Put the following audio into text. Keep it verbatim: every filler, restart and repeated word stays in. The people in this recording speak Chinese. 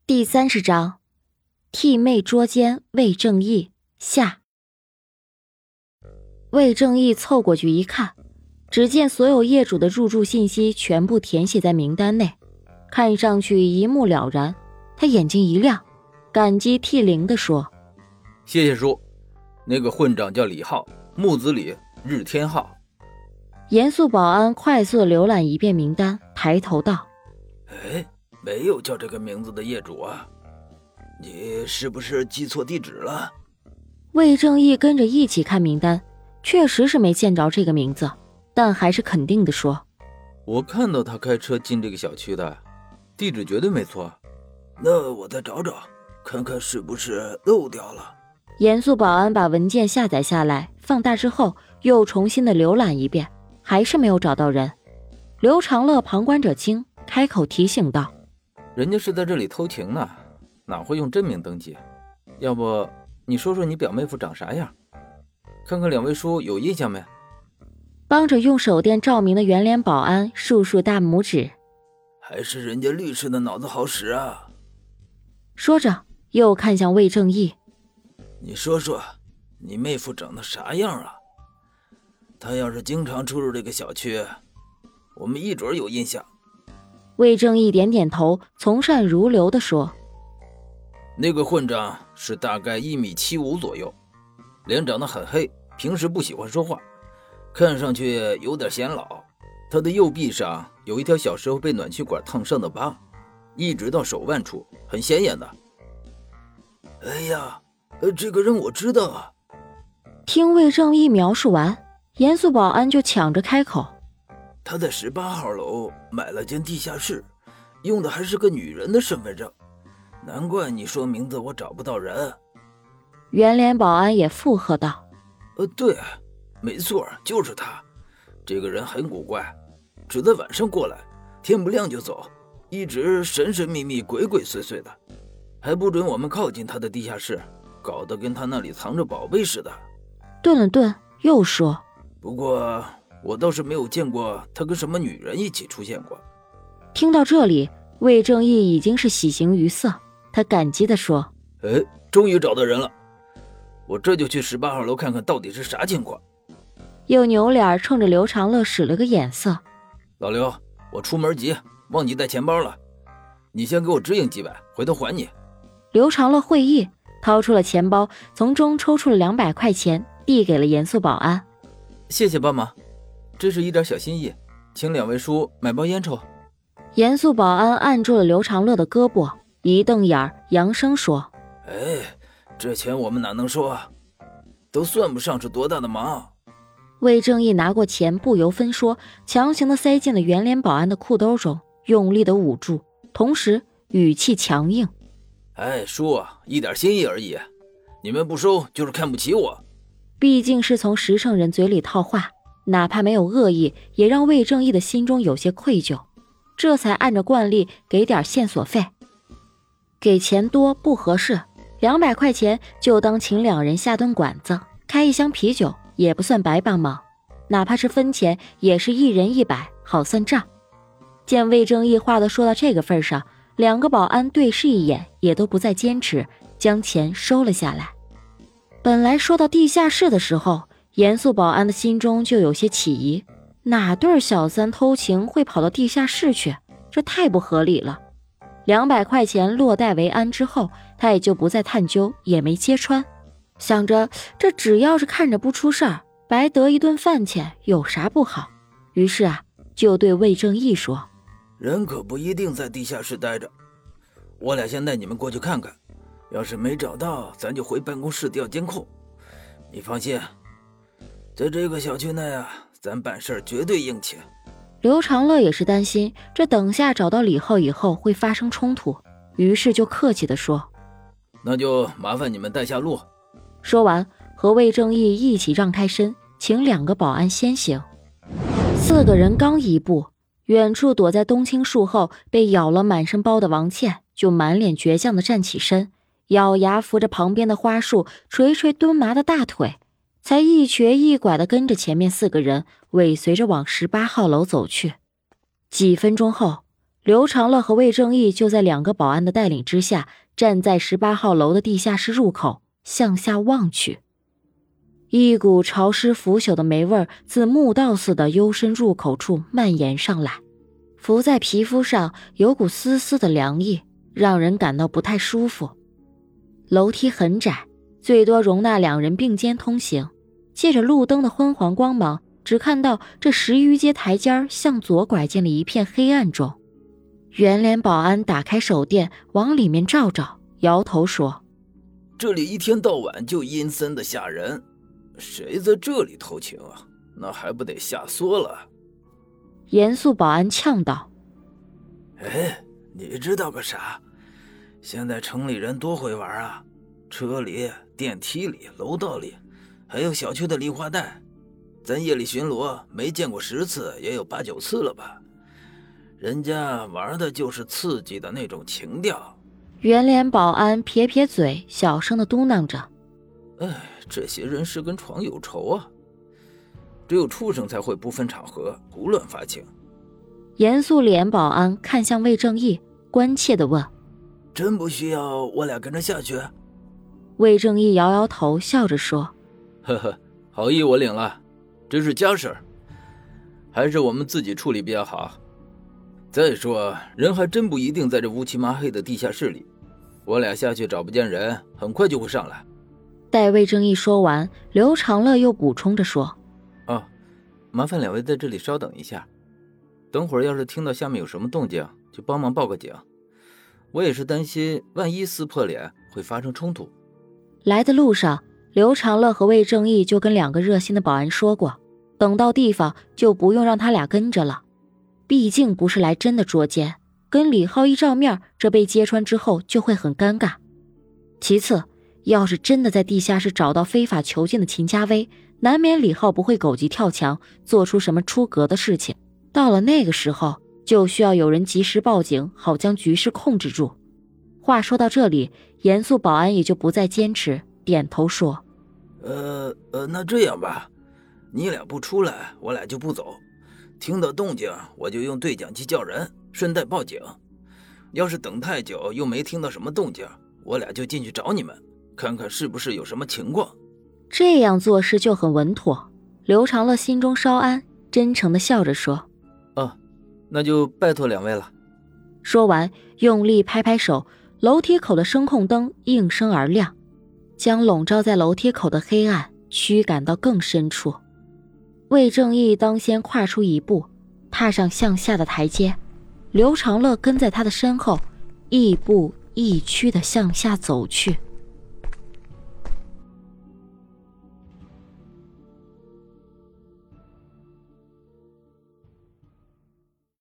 第三十章，替妹捉奸魏正义下。魏正义凑过去一看，只见所有业主的入住信息全部填写在名单内，看上去一目了然。他眼睛一亮，感激涕零地说： 谢谢叔，那个混账叫李浩，木子李，日天浩。 严肃保安快速地浏览一遍名单，抬头道： 哎，没有叫这个名字的业主啊，你是不是记错地址了？ 魏正义跟着一起看名单，确实是没见着这个名字，但还是肯定地说： 我看到他开车进这个小区的，地址绝对没错。 那我再找找，看看是不是漏掉了。 严肃保安把文件下载下来，放大之后又重新的浏览一遍，还是没有找到人。刘长乐旁观者清，开口提醒道： 人家是在这里偷情呢，哪会用真名登记？要不你说说你表妹夫长啥样，看看两位叔有印象没？ 帮着用手电照明的圆脸保安竖竖大拇指： 还是人家律师的脑子好使啊。 说着又看向魏正义： 你说说你妹夫长得啥样啊？他要是经常出入这个小区，我们一准有印象。 魏正义点点头，从善如流地说： 那个混账是大概一米七五左右，脸长得很黑，平时不喜欢说话，看上去有点显老。他的右臂上有一条小时候被暖气管烫伤的疤，一直到手腕处，很显眼的。 哎呀，这个人我知道啊。 听魏正义描述完，严肃保安就抢着开口： 他在十八号楼买了间地下室，用的还是个女人的身份证，难怪你说名字我找不到人。 圆脸保安也附和道： 呃，对，没错，就是他。这个人很古怪，只在晚上过来，天不亮就走，一直神神秘秘鬼鬼祟祟的，还不准我们靠近他的地下室，搞得跟他那里藏着宝贝似的。 顿了顿又说： 不过我倒是没有见过他跟什么女人一起出现过。 听到这里，魏正义已经是喜形于色，他感激地说： 哎，终于找到人了，我这就去十八号楼看看到底是啥情况。 又扭脸冲着刘长乐使了个眼色： 老刘，我出门急，忘记带钱包了，你先给我支应几百，回头还你。 刘长乐会意，掏出了钱包，从中抽出了两百块钱，递给了严肃保安： 谢谢帮忙，这是一点小心意，请两位叔买包烟抽。 严肃保安按住了刘长乐的胳膊，一瞪眼，扬声说： 哎，这钱我们哪能收啊，都算不上是多大的忙。 魏正义拿过钱，不由分说，强行地塞进了圆脸保安的裤兜中，用力地捂住，同时语气强硬： 哎，叔啊，一点心意而已，你们不收就是看不起我。 毕竟是从实诚人嘴里套话，哪怕没有恶意，也让魏正义的心中有些愧疚，这才按照惯例给点线索费。给钱多不合适，两百块钱就当请两人下顿馆子，开一箱啤酒也不算白帮忙，哪怕是分钱也是一人一百，好算账。见魏正义话都说到这个份上，两个保安对视一眼，也都不再坚持，将钱收了下来。本来说到地下室的时候，严肃保安的心中就有些起疑，哪对小三偷情会跑到地下室去？这太不合理了。两百块钱落袋为安之后，他也就不再探究，也没揭穿，想着这只要是看着不出事儿，白得一顿饭钱有啥不好。于是啊，就对魏正义说： 人可不一定在地下室待着，我俩先带你们过去看看，要是没找到，咱就回办公室调监控。你放心，在这个小区内啊，咱办事绝对硬气。 刘长乐也是担心这等下找到李浩以后会发生冲突，于是就客气地说： 那就麻烦你们带下路。 说完和魏正义一起让开身，请两个保安先行。四个人刚一步，远处躲在冬青树后被咬了满身包的王倩就满脸倔强地站起身，咬牙扶着旁边的花树，捶捶蹲麻的大腿，才一瘸一拐地跟着前面四个人尾随着往十八号楼走去。几分钟后， 刘长乐和魏正义就在两个保安的带领之下，站在十八号楼的地下室入口，向下望去。一股潮湿腐朽的霉味自墓道似的幽深入口处蔓延上来，浮在皮肤上有股丝丝的凉意，让人感到不太舒服。楼梯很窄，最多容纳两人并肩通行，借着路灯的昏黄光芒，只看到这十余阶台阶向左拐进了一片黑暗中。圆脸保安打开手电往里面照照，摇头说： 这里一天到晚就阴森的吓人，谁在这里偷情啊？那还不得吓缩了。 严肃保安呛道： 哎，你知道个啥？现在城里人多会玩啊，车里、电梯里、楼道里，还有小区的梨花带，咱夜里巡逻没见过十次也有八九次了吧？人家玩的就是刺激的那种情调。 圆脸保安撇撇嘴，小声地嘟囔着： 哎，这些人是跟床有仇啊，只有畜生才会不分场合胡乱发情。 严肃脸保安看向魏正义，关切地问： 真不需要我俩跟着下去？ 魏正义摇摇头，笑着说： 呵呵，好意我领了，这是家事，还是我们自己处理比较好。再说人还真不一定在这乌漆麻黑的地下室里，我俩下去找不见人，很快就会上来。 待魏正义说完，刘长乐又补充着说： 哦，麻烦两位在这里稍等一下，等会儿要是听到下面有什么动静，就帮忙报个警。我也是担心万一撕破脸会发生冲突。 来的路上，刘长乐和魏正义就跟两个热心的保安说过，等到地方就不用让他俩跟着了，毕竟不是来真的捉奸，跟李浩一照面，这被揭穿之后就会很尴尬。其次，要是真的在地下室找到非法囚禁的秦家威，难免李浩不会狗急跳墙做出什么出格的事情，到了那个时候就需要有人及时报警，好将局势控制住。话说到这里，严肃保安也就不再坚持，点头说： 呃呃，那这样吧，你俩不出来，我俩就不走。听到动静，我就用对讲机叫人，顺带报警。要是等太久又没听到什么动静，我俩就进去找你们，看看是不是有什么情况。 这样做事就很稳妥。刘长乐心中稍安，真诚地笑着说： 哦，那就拜托两位了。 说完，用力拍拍手，楼梯口的声控灯应声而亮，将笼罩在楼梯口的黑暗驱赶到更深处。魏正义当先跨出一步，踏上向下的台阶，刘长乐跟在他的身后，亦步亦趋地向下走去。